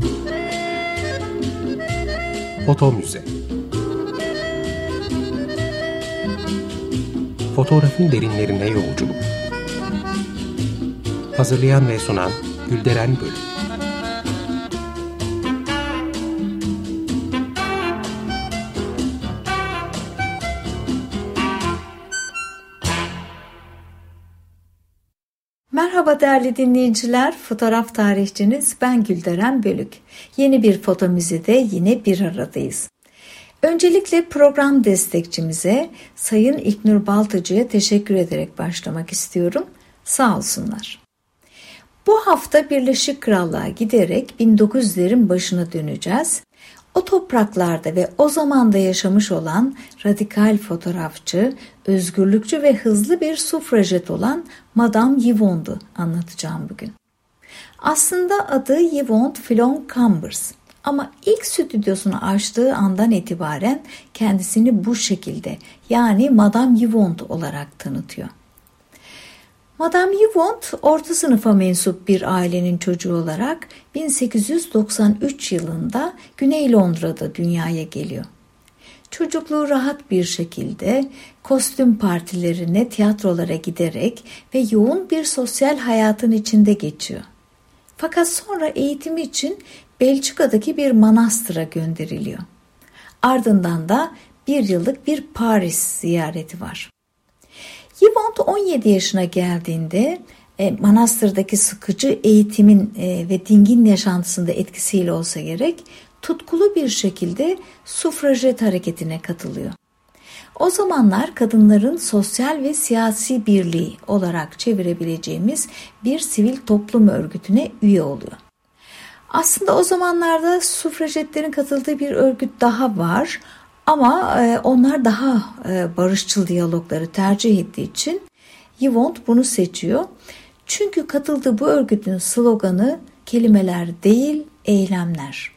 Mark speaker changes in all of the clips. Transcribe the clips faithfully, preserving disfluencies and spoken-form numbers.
Speaker 1: Foto Müze. Fotoğrafın derinlerine yolculuk. Hazırlayan ve sunan Gülderen Bölük.
Speaker 2: Merhaba değerli dinleyiciler, fotoğraf tarihçiniz ben Gülderen Bölük. Yeni bir Foto Müze'de yine bir aradayız. Öncelikle program destekçimize Sayın İlknur Baltacı'ya teşekkür ederek başlamak istiyorum. Sağ olsunlar. Bu hafta Birleşik Krallığa giderek bin dokuz yüzlerin başına döneceğiz. O topraklarda ve o zamanda yaşamış olan radikal fotoğrafçı, özgürlükçü ve hızlı bir sufrajet olan Madame Yvonne'du anlatacağım bugün. Aslında adı Yvonne Fillon Chambers ama ilk stüdyosunu açtığı andan itibaren kendisini bu şekilde yani Madame Yvonne olarak tanıtıyor. Madame Yvonne orta sınıfa mensup bir ailenin çocuğu olarak bin sekiz yüz doksan üç yılında Güney Londra'da dünyaya geliyor. Çocukluğu rahat bir şekilde kostüm partilerine, tiyatrolara giderek ve yoğun bir sosyal hayatın içinde geçiyor. Fakat sonra eğitimi için Belçika'daki bir manastıra gönderiliyor. Ardından da bir yıllık bir Paris ziyareti var. Yvonne on yedi yaşına geldiğinde e, manastırdaki sıkıcı eğitimin e, ve dingin yaşantısında etkisiyle olsa gerek tutkulu bir şekilde sufrajet hareketine katılıyor. O zamanlar kadınların sosyal ve siyasi birliği olarak çevirebileceğimiz bir sivil toplum örgütüne üye oluyor. Aslında o zamanlarda sufrajetlerin katıldığı bir örgüt daha var. Ama onlar daha barışçıl diyalogları tercih ettiği için Yvonne bunu seçiyor. Çünkü katıldığı bu örgütün sloganı kelimeler değil, eylemler.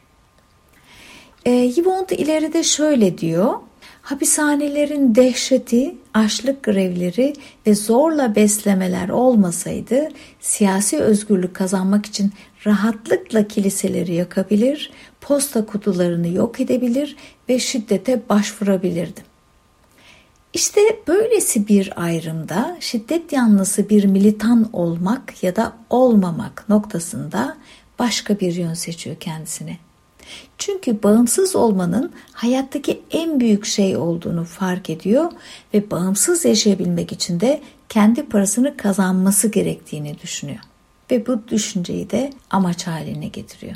Speaker 2: Yvonne ileride şöyle diyor: hapishanelerin dehşeti, açlık grevleri ve zorla beslemeler olmasaydı siyasi özgürlük kazanmak için rahatlıkla kiliseleri yakabilir, posta kutularını yok edebilir ve şiddete başvurabilirdim. İşte böylesi bir ayrımda şiddet yanlısı bir militan olmak ya da olmamak noktasında başka bir yön seçiyor kendisine. Çünkü bağımsız olmanın hayattaki en büyük şey olduğunu fark ediyor ve bağımsız yaşayabilmek için de kendi parasını kazanması gerektiğini düşünüyor. Ve bu düşünceyi de amaç haline getiriyor.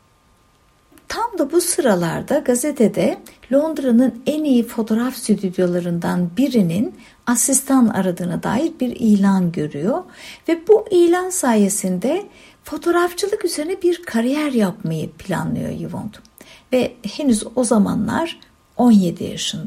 Speaker 2: Tam da bu sıralarda gazetede Londra'nın en iyi fotoğraf stüdyolarından birinin asistan aradığına dair bir ilan görüyor ve bu ilan sayesinde fotoğrafçılık üzerine bir kariyer yapmayı planlıyor Yvonne ve henüz o zamanlar on yedi yaşında.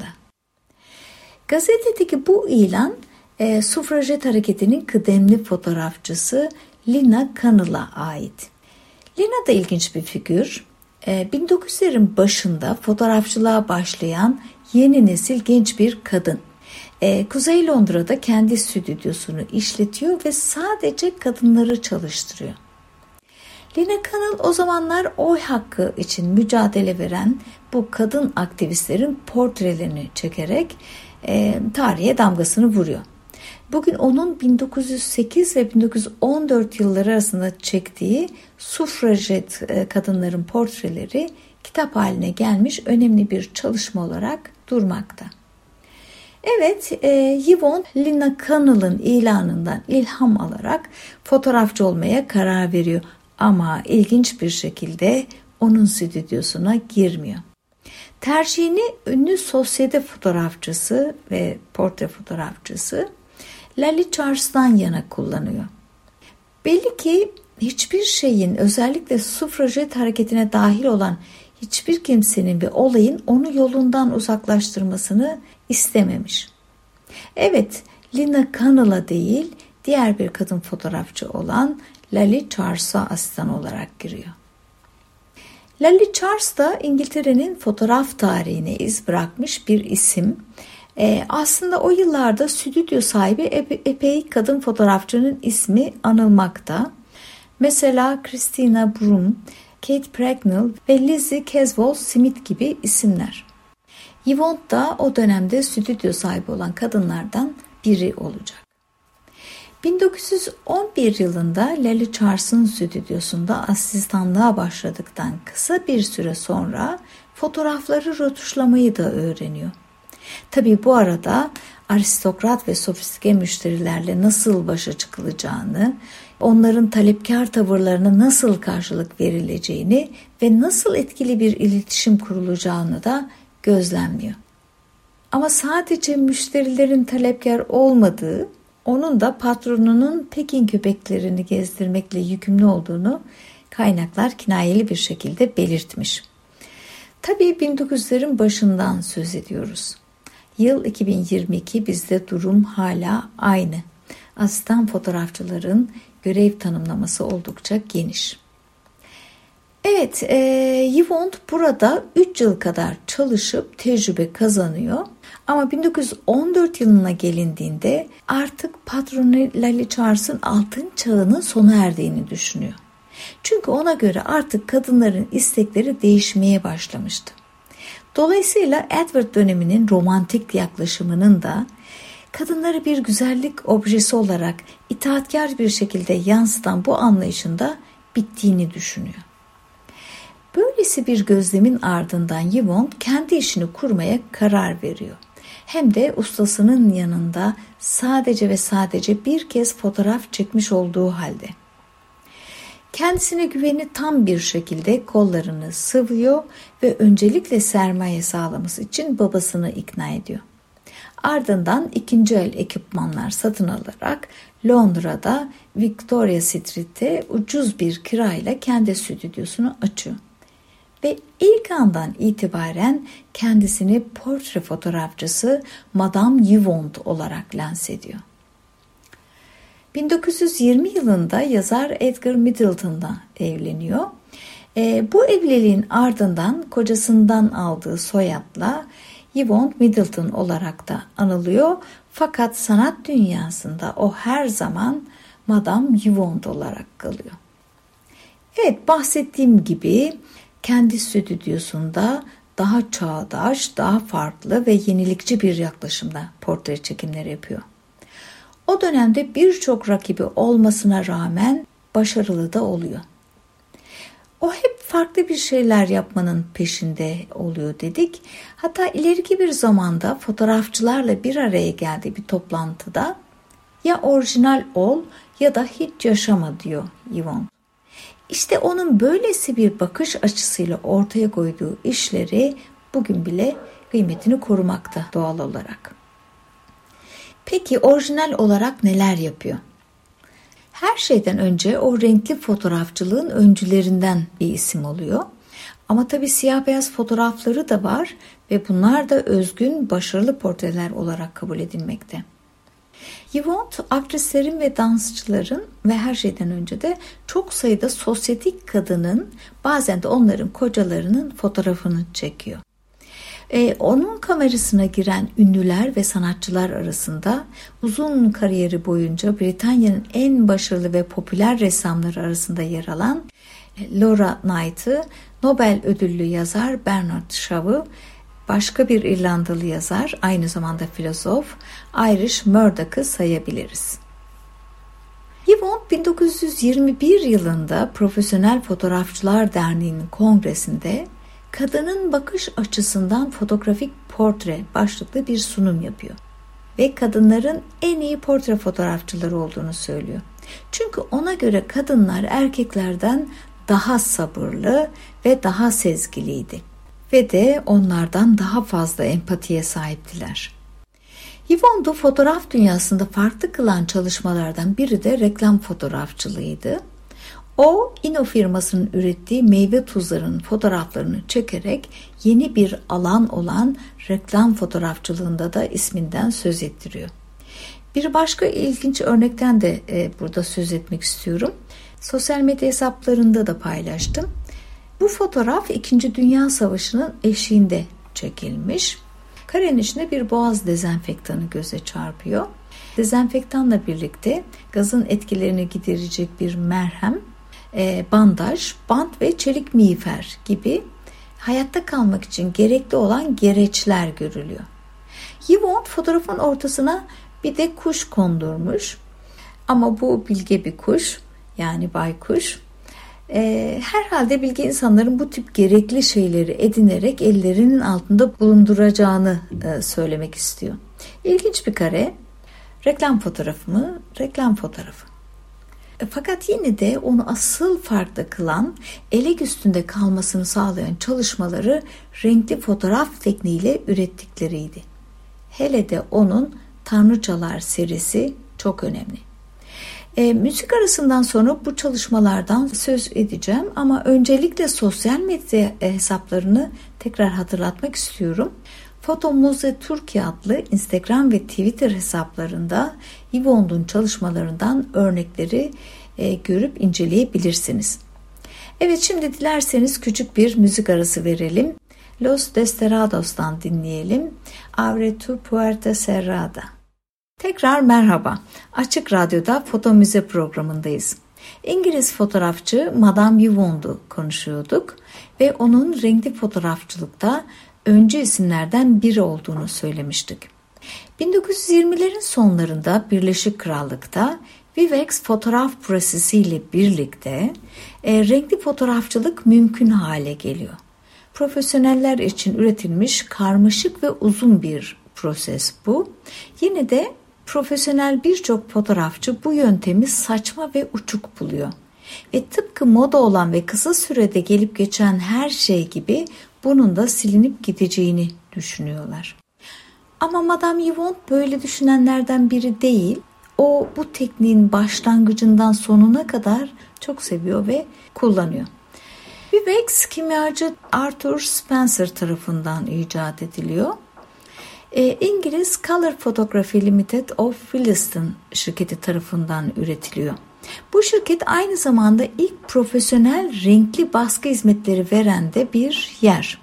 Speaker 2: Gazetedeki bu ilan e, sufrajet hareketinin kıdemli fotoğrafçısı Lina Connell'a ait. Lina da ilginç bir figür. bin dokuz yüzlerin başında fotoğrafçılığa başlayan yeni nesil genç bir kadın. Kuzey Londra'da kendi stüdyosunu işletiyor ve sadece kadınları çalıştırıyor. Lina Connell o zamanlar oy hakkı için mücadele veren bu kadın aktivistlerin portrelerini çekerek e, tarihe damgasını vuruyor. Bugün onun bin dokuz yüz sekiz ve bin dokuz yüz on dört yılları arasında çektiği sufrajet kadınların portreleri kitap haline gelmiş önemli bir çalışma olarak durmakta. Evet, e, Yvonne Lina Connell'ın ilanından ilham alarak fotoğrafçı olmaya karar veriyor. Ama ilginç bir şekilde onun stüdyosuna girmiyor. Tercihini ünlü sosyete fotoğrafçısı ve portre fotoğrafçısı Lally Charles'tan yana kullanıyor. Belli ki hiçbir şeyin, özellikle sufrajet hareketine dahil olan hiçbir kimsenin ve olayın onu yolundan uzaklaştırmasını istememiş. Evet, Lina Connell'a değil, diğer bir kadın fotoğrafçı olan Lally Charles'a asistan olarak giriyor. Lally Charles da İngiltere'nin fotoğraf tarihine iz bırakmış bir isim. Ee, aslında o yıllarda stüdyo sahibi epe, epey kadın fotoğrafçının ismi anılmakta. Mesela Christina Broom, Kate Bracknell ve Lizzie Caswell Smith gibi isimler. Yvonne da o dönemde stüdyo sahibi olan kadınlardan biri olacak. bin dokuz yüz on bir yılında Lally Charles'ın stüdyosunda asistanlığa başladıktan kısa bir süre sonra fotoğrafları rötuşlamayı da öğreniyor. Tabii bu arada aristokrat ve sofistike müşterilerle nasıl başa çıkılacağını, onların talepkar tavırlarına nasıl karşılık verileceğini ve nasıl etkili bir iletişim kurulacağını da gözlemliyor. Ama sadece müşterilerin talepkar olmadığı, onun da patronunun Pekin köpeklerini gezdirmekle yükümlü olduğunu kaynaklar kinayeli bir şekilde belirtmiş. Tabii bin dokuz yüzlerin başından söz ediyoruz. Yıl iki bin yirmi iki, bizde durum hala aynı. Asistan fotoğrafçıların görev tanımlaması oldukça geniş. Evet, e, Yvonne burada üç yıl kadar çalışıp tecrübe kazanıyor. Ama bin dokuz yüz on dört yılına gelindiğinde artık patronu Lally Charles'ın altın çağının sona erdiğini düşünüyor. Çünkü ona göre artık kadınların istekleri değişmeye başlamıştı. Dolayısıyla Edward döneminin romantik yaklaşımının da kadınları bir güzellik objesi olarak itaatkar bir şekilde yansıtan bu anlayışında bittiğini düşünüyor. Böylesi bir gözlemin ardından Yvonne kendi işini kurmaya karar veriyor. Hem de ustasının yanında sadece ve sadece bir kez fotoğraf çekmiş olduğu halde. Kendisine güveni tam bir şekilde kollarını sıvıyor ve öncelikle sermaye sağlaması için babasını ikna ediyor. Ardından ikinci el ekipmanlar satın alarak Londra'da Victoria Street'te ucuz bir kirayla kendi stüdyosunu açıyor. Ve ilk andan itibaren kendisini portre fotoğrafçısı Madame Yvonne olarak lanse ediyor. bin dokuz yüz yirmi yılında yazar Edgar Middleton'la evleniyor. E, bu evliliğin ardından kocasından aldığı soyadla Yvonne Middleton olarak da anılıyor. Fakat sanat dünyasında o her zaman Madame Yvonne olarak kalıyor. Evet, bahsettiğim gibi kendi stüdyosunda daha çağdaş, daha farklı ve yenilikçi bir yaklaşımda portre çekimleri yapıyor. O dönemde birçok rakibi olmasına rağmen başarılı da oluyor. O hep farklı bir şeyler yapmanın peşinde oluyor dedik. Hatta ileriki bir zamanda fotoğrafçılarla bir araya geldiği bir toplantıda ya orijinal ol ya da hiç yaşama diyor Yvonne. İşte onun böylesi bir bakış açısıyla ortaya koyduğu işleri bugün bile kıymetini korumakta doğal olarak. Peki orijinal olarak neler yapıyor? Her şeyden önce o renkli fotoğrafçılığın öncülerinden bir isim oluyor. Ama tabii siyah beyaz fotoğrafları da var ve bunlar da özgün, başarılı portreler olarak kabul edilmekte. Yvonne, aktrislerin ve dansçıların ve her şeyden önce de çok sayıda sosyetik kadının, bazen de onların kocalarının fotoğrafını çekiyor. Ee, onun kamerasına giren ünlüler ve sanatçılar arasında uzun kariyeri boyunca Britanya'nın en başarılı ve popüler ressamları arasında yer alan Laura Knight'ı, Nobel ödüllü yazar Bernard Shaw'ı, başka bir İrlandalı yazar, aynı zamanda filozof Irish Murdoch'ı sayabiliriz. Yvonne bin dokuz yüz yirmi bir yılında Profesyonel Fotoğrafçılar Derneği'nin kongresinde kadının bakış açısından fotoğrafik portre başlıklı bir sunum yapıyor. Ve kadınların en iyi portre fotoğrafçıları olduğunu söylüyor. Çünkü ona göre kadınlar erkeklerden daha sabırlı ve daha sezgiliydi. Ve de onlardan daha fazla empatiye sahiptiler. Yvonne'u fotoğraf dünyasında farklı kılan çalışmalardan biri de reklam fotoğrafçılığıydı. O, Ino firmasının ürettiği meyve tuzlarının fotoğraflarını çekerek yeni bir alan olan reklam fotoğrafçılığında da isminden söz ettiriyor. Bir başka ilginç örnekten de e, burada söz etmek istiyorum. Sosyal medya hesaplarında da paylaştım. Bu fotoğraf İkinci Dünya Savaşı'nın eşiğinde çekilmiş. Karenin içinde bir boğaz dezenfektanı göze çarpıyor. Dezenfektanla birlikte gazın etkilerini giderecek bir merhem e, bandaj, bant ve çelik miğfer gibi hayatta kalmak için gerekli olan gereçler görülüyor. Yvonne fotoğrafın ortasına bir de kuş kondurmuş. Ama bu bilge bir kuş, yani baykuş. E, herhalde bilge insanların bu tip gerekli şeyleri edinerek ellerinin altında bulunduracağını e, söylemek istiyor. İlginç bir kare. Reklam fotoğrafı mı? Reklam fotoğrafı. E, fakat yine de onu asıl farklı kılan, elek üstünde kalmasını sağlayan çalışmaları renkli fotoğraf tekniğiyle ürettikleriydi. Hele de onun Tanrıçalar serisi çok önemli. E, müzik arasından sonra bu çalışmalardan söz edeceğim ama öncelikle sosyal medya hesaplarını tekrar hatırlatmak istiyorum. Foto Muze Türkiye adlı Instagram ve Twitter hesaplarında Yvonne'un çalışmalarından örnekleri e, görüp inceleyebilirsiniz. Evet, şimdi dilerseniz küçük bir müzik arası verelim. Los Desperados'tan dinleyelim. Abre tu puerta cerrada. Tekrar merhaba. Açık Radyo'da Foto Müze programındayız. İngiliz fotoğrafçı Madame Yvonne'u konuşuyorduk ve onun renkli fotoğrafçılıkta öncü isimlerden biri olduğunu söylemiştik. bin dokuz yüz yirmilerin sonlarında Birleşik Krallık'ta Vivex fotoğraf prosesiyle birlikte e, renkli fotoğrafçılık mümkün hale geliyor. Profesyoneller için üretilmiş karmaşık ve uzun bir proses bu. Yine de profesyonel birçok fotoğrafçı bu yöntemi saçma ve uçuk buluyor. Ve tıpkı moda olan ve kısa sürede gelip geçen her şey gibi bunun da silinip gideceğini düşünüyorlar. Ama Madame Yvonne böyle düşünenlerden biri değil. O bu tekniğin başlangıcından sonuna kadar çok seviyor ve kullanıyor. Vivex kimyacı Arthur Spencer tarafından icat ediliyor. E, İngiliz Color Photography Limited of Williston şirketi tarafından üretiliyor. Bu şirket aynı zamanda ilk profesyonel renkli baskı hizmetleri veren de bir yer.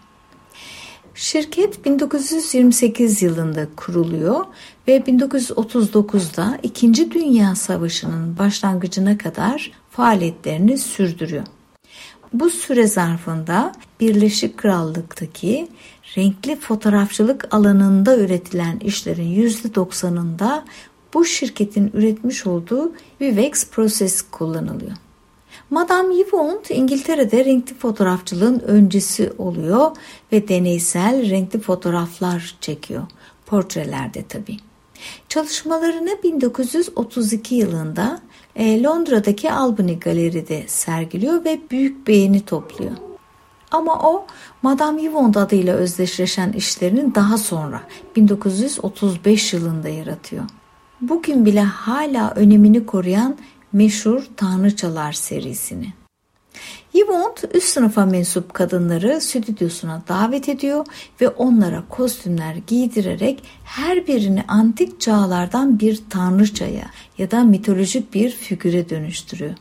Speaker 2: Şirket bin dokuz yüz yirmi sekiz yılında kuruluyor ve bin dokuz yüz otuz dokuzda İkinci Dünya Savaşı'nın başlangıcına kadar faaliyetlerini sürdürüyor. Bu süre zarfında Birleşik Krallık'taki renkli fotoğrafçılık alanında üretilen işlerin yüzde doksanında bu şirketin üretmiş olduğu Vivex proses kullanılıyor. Madame Yvonne İngiltere'de renkli fotoğrafçılığın öncüsü oluyor ve deneysel renkli fotoğraflar çekiyor. Portrelerde tabii. Çalışmalarını bin dokuz yüz otuz iki yılında Londra'daki Albany Galeri'de sergiliyor ve büyük beğeni topluyor. Ama o Madame Yvonne adıyla özdeşleşen işlerinin daha sonra bin dokuz yüz otuz beş yılında yaratıyor. Bugün bile hala önemini koruyan meşhur Tanrıçalar serisini. Yvonne üst sınıfa mensup kadınları stüdyosuna davet ediyor ve onlara kostümler giydirerek her birini antik çağlardan bir tanrıçaya ya da mitolojik bir figüre dönüştürüyor.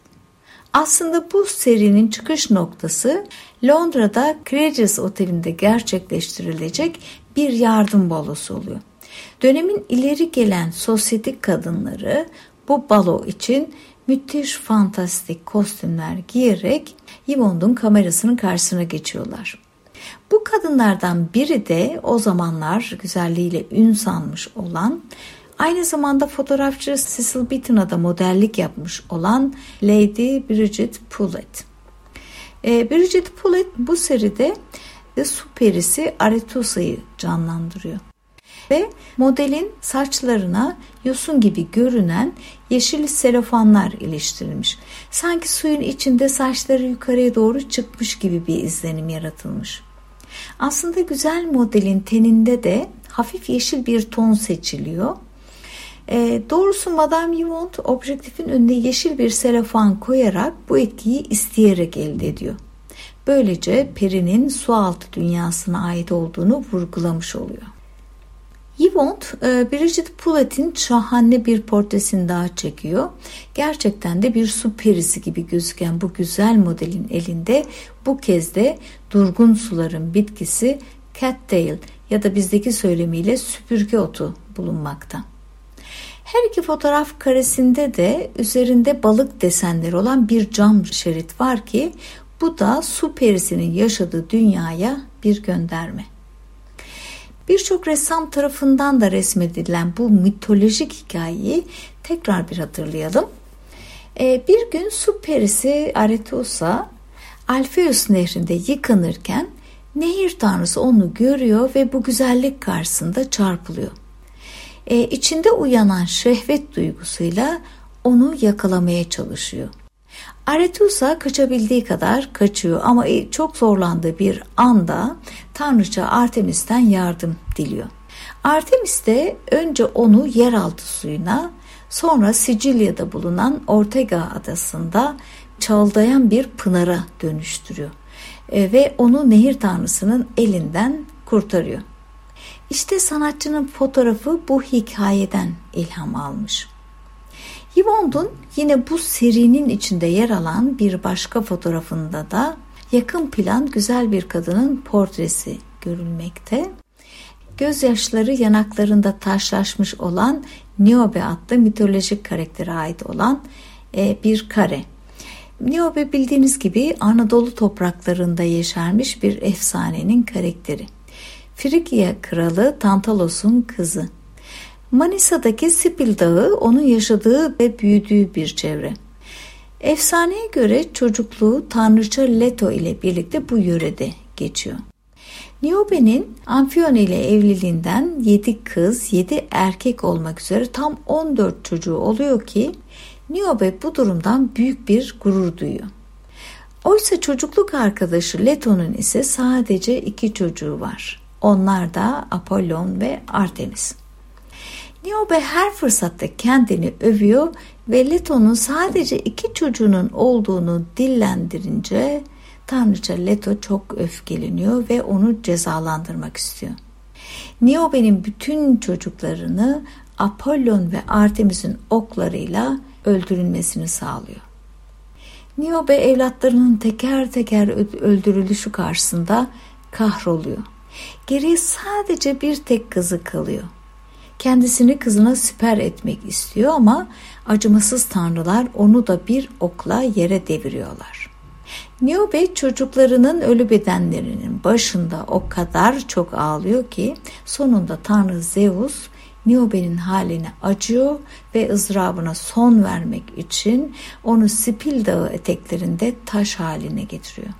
Speaker 2: Aslında bu serinin çıkış noktası Londra'da Claridge's Oteli'nde gerçekleştirilecek bir yardım balosu oluyor. Dönemin ileri gelen sosyetik kadınları bu balo için müthiş fantastik kostümler giyerek Yvonne'un kamerasının karşısına geçiyorlar. Bu kadınlardan biri de o zamanlar güzelliğiyle ün salmış olan, aynı zamanda fotoğrafçı Cecil Beaton'a da modellik yapmış olan Lady Bridget Pullet. Ee, Bridget Pullet bu seride de su perisi Arethussa'yı canlandırıyor. Ve modelin saçlarına yosun gibi görünen yeşil selofanlar iliştirilmiş. Sanki suyun içinde saçları yukarıya doğru çıkmış gibi bir izlenim yaratılmış. Aslında güzel modelin teninde de hafif yeşil bir ton seçiliyor. E, doğrusu Madame Yvonne objektifin önüne yeşil bir selofan koyarak bu etkiyi isteyerek elde ediyor. Böylece perinin sualtı dünyasına ait olduğunu vurgulamış oluyor. Yvonne, Bridget Pullet'in şahane bir portresini daha çekiyor. Gerçekten de bir su perisi gibi gözüken bu güzel modelin elinde bu kez de durgun suların bitkisi cattail ya da bizdeki söylemiyle süpürge otu bulunmakta. Her iki fotoğraf karesinde de üzerinde balık desenleri olan bir cam şerit var ki bu da su perisinin yaşadığı dünyaya bir gönderme. Birçok ressam tarafından da resmedilen bu mitolojik hikayeyi tekrar bir hatırlayalım. Ee, bir gün su perisi Arethusa Alpheus nehrinde yıkanırken nehir tanrısı onu görüyor ve bu güzellik karşısında çarpılıyor. Ee, içinde uyanan şehvet duygusuyla onu yakalamaya çalışıyor. Arethusa kaçabildiği kadar kaçıyor ama çok zorlandığı bir anda tanrıça Artemis'ten yardım diliyor. Artemis de önce onu yeraltı suyuna, sonra Sicilya'da bulunan Ortega adasında çağıldayan bir pınara dönüştürüyor e, ve onu nehir tanrısının elinden kurtarıyor. İşte sanatçının fotoğrafı bu hikayeden ilham almış. Yvonne'un yine bu serinin içinde yer alan bir başka fotoğrafında da yakın plan güzel bir kadının portresi görülmekte. Gözyaşları yanaklarında taşlaşmış olan Niobe adlı mitolojik karaktere ait olan e, bir kare. Niobe bildiğiniz gibi Anadolu topraklarında yeşermiş bir efsanenin karakteri. Frigya kralı Tantalos'un kızı. Manisa'daki Sipil Dağı onun yaşadığı ve büyüdüğü bir çevre. Efsaneye göre çocukluğu tanrıça Leto ile birlikte bu yörede geçiyor. Niobe'nin Amfione ile evliliğinden yedi kız, yedi erkek olmak üzere tam on dört çocuğu oluyor ki Niobe bu durumdan büyük bir gurur duyuyor. Oysa çocukluk arkadaşı Leto'nun ise sadece iki çocuğu var. Onlar da Apollon ve Artemis. Niobe her fırsatta kendini övüyor ve Leto'nun sadece iki çocuğunun olduğunu dillendirince tanrıça Leto çok öfkeleniyor ve onu cezalandırmak istiyor. Niobe'nin bütün çocuklarını Apollon ve Artemis'in oklarıyla öldürülmesini sağlıyor. Niobe evlatlarının teker teker öldürülüşü karşısında kahroluyor. Geriye sadece bir tek kızı kalıyor. Kendisini kızına siper etmek istiyor ama acımasız tanrılar onu da bir okla yere deviriyorlar. Niobe çocuklarının ölü bedenlerinin başında o kadar çok ağlıyor ki sonunda Tanrı Zeus Niobe'nin haline acıyor ve ızdırabına son vermek için onu Sipil Dağı eteklerinde taş haline getiriyor.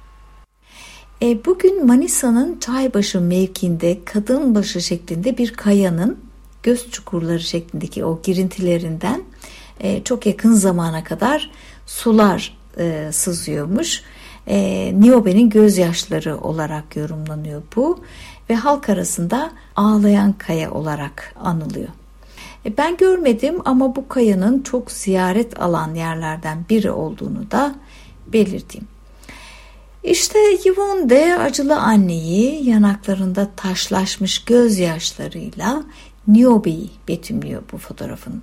Speaker 2: E, bugün Manisa'nın Çaybaşı mevkiinde kadın başı şeklinde bir kayanın göz çukurları şeklindeki o girintilerinden e, çok yakın zamana kadar sular e, sızıyormuş. E, Niobe'nin gözyaşları olarak yorumlanıyor bu ve halk arasında ağlayan kaya olarak anılıyor. E, ben görmedim ama bu kayanın çok ziyaret alan yerlerden biri olduğunu da belirteyim. İşte Yvonne de acılı anneyi yanaklarında taşlaşmış gözyaşlarıyla Niobe'yi betimliyor bu fotoğrafında.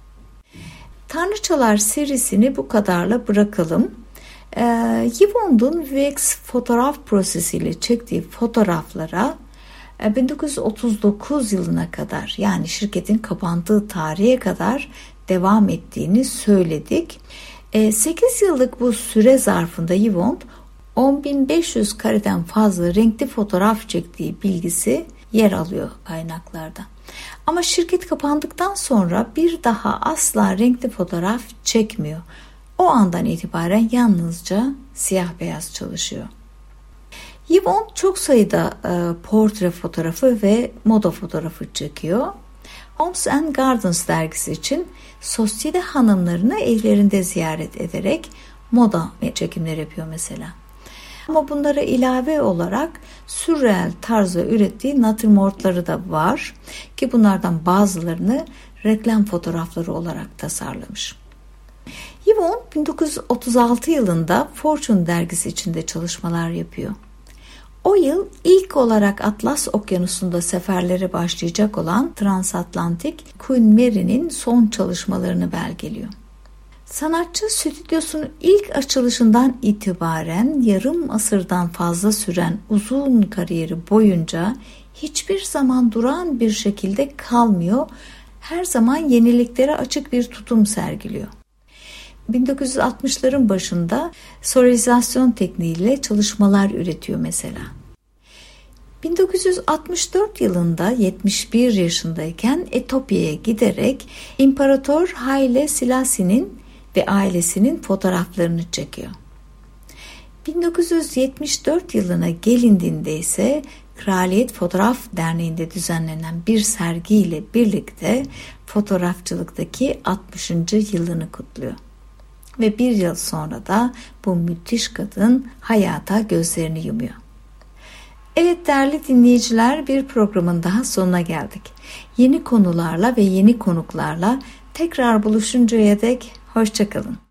Speaker 2: Tanrıçalar serisini bu kadarla bırakalım. Ee, Yvonne'un Vex fotoğraf prosesiyle çektiği fotoğraflara bin dokuz yüz otuz dokuz yılına kadar, yani şirketin kapandığı tarihe kadar devam ettiğini söyledik. Ee, sekiz yıllık bu süre zarfında Yvonne on bin beş yüz kareden fazla renkli fotoğraf çektiği bilgisi yer alıyor kaynaklarda. Ama şirket kapandıktan sonra bir daha asla renkli fotoğraf çekmiyor. O andan itibaren yalnızca siyah beyaz çalışıyor. Yvonne çok sayıda e, portre fotoğrafı ve moda fotoğrafı çekiyor. Homes and Gardens dergisi için sosyete hanımlarını evlerinde ziyaret ederek moda çekimleri yapıyor mesela. Ama bunlara ilave olarak sürreel tarzda ürettiği natürmortları da var ki bunlardan bazılarını reklam fotoğrafları olarak tasarlamış. Yvonne bin dokuz yüz otuz altı yılında Fortune dergisi içinde çalışmalar yapıyor. O yıl ilk olarak Atlas Okyanusu'nda seferlere başlayacak olan transatlantik Queen Mary'nin son çalışmalarını belgeliyor. Sanatçı stüdyosunun ilk açılışından itibaren yarım asırdan fazla süren uzun kariyeri boyunca hiçbir zaman duran bir şekilde kalmıyor. her zaman yeniliklere açık bir tutum sergiliyor. bin dokuz yüz altmışların başında solarizasyon tekniğiyle çalışmalar üretiyor mesela. bin dokuz yüz altmış dört yılında yetmiş bir yaşındayken Etiyopya'ya giderek İmparator Haile Selassi'nin ve ailesinin fotoğraflarını çekiyor. bin dokuz yüz yetmiş dört yılına gelindiğinde ise Kraliyet Fotoğraf Derneği'nde düzenlenen bir sergiyle birlikte fotoğrafçılıktaki altmışıncı yılını kutluyor. Ve bir yıl sonra da bu müthiş kadın hayata gözlerini yumuyor. Evet değerli dinleyiciler, bir programın daha sonuna geldik. Yeni konularla ve yeni konuklarla tekrar buluşuncaya dek hoşça kalın.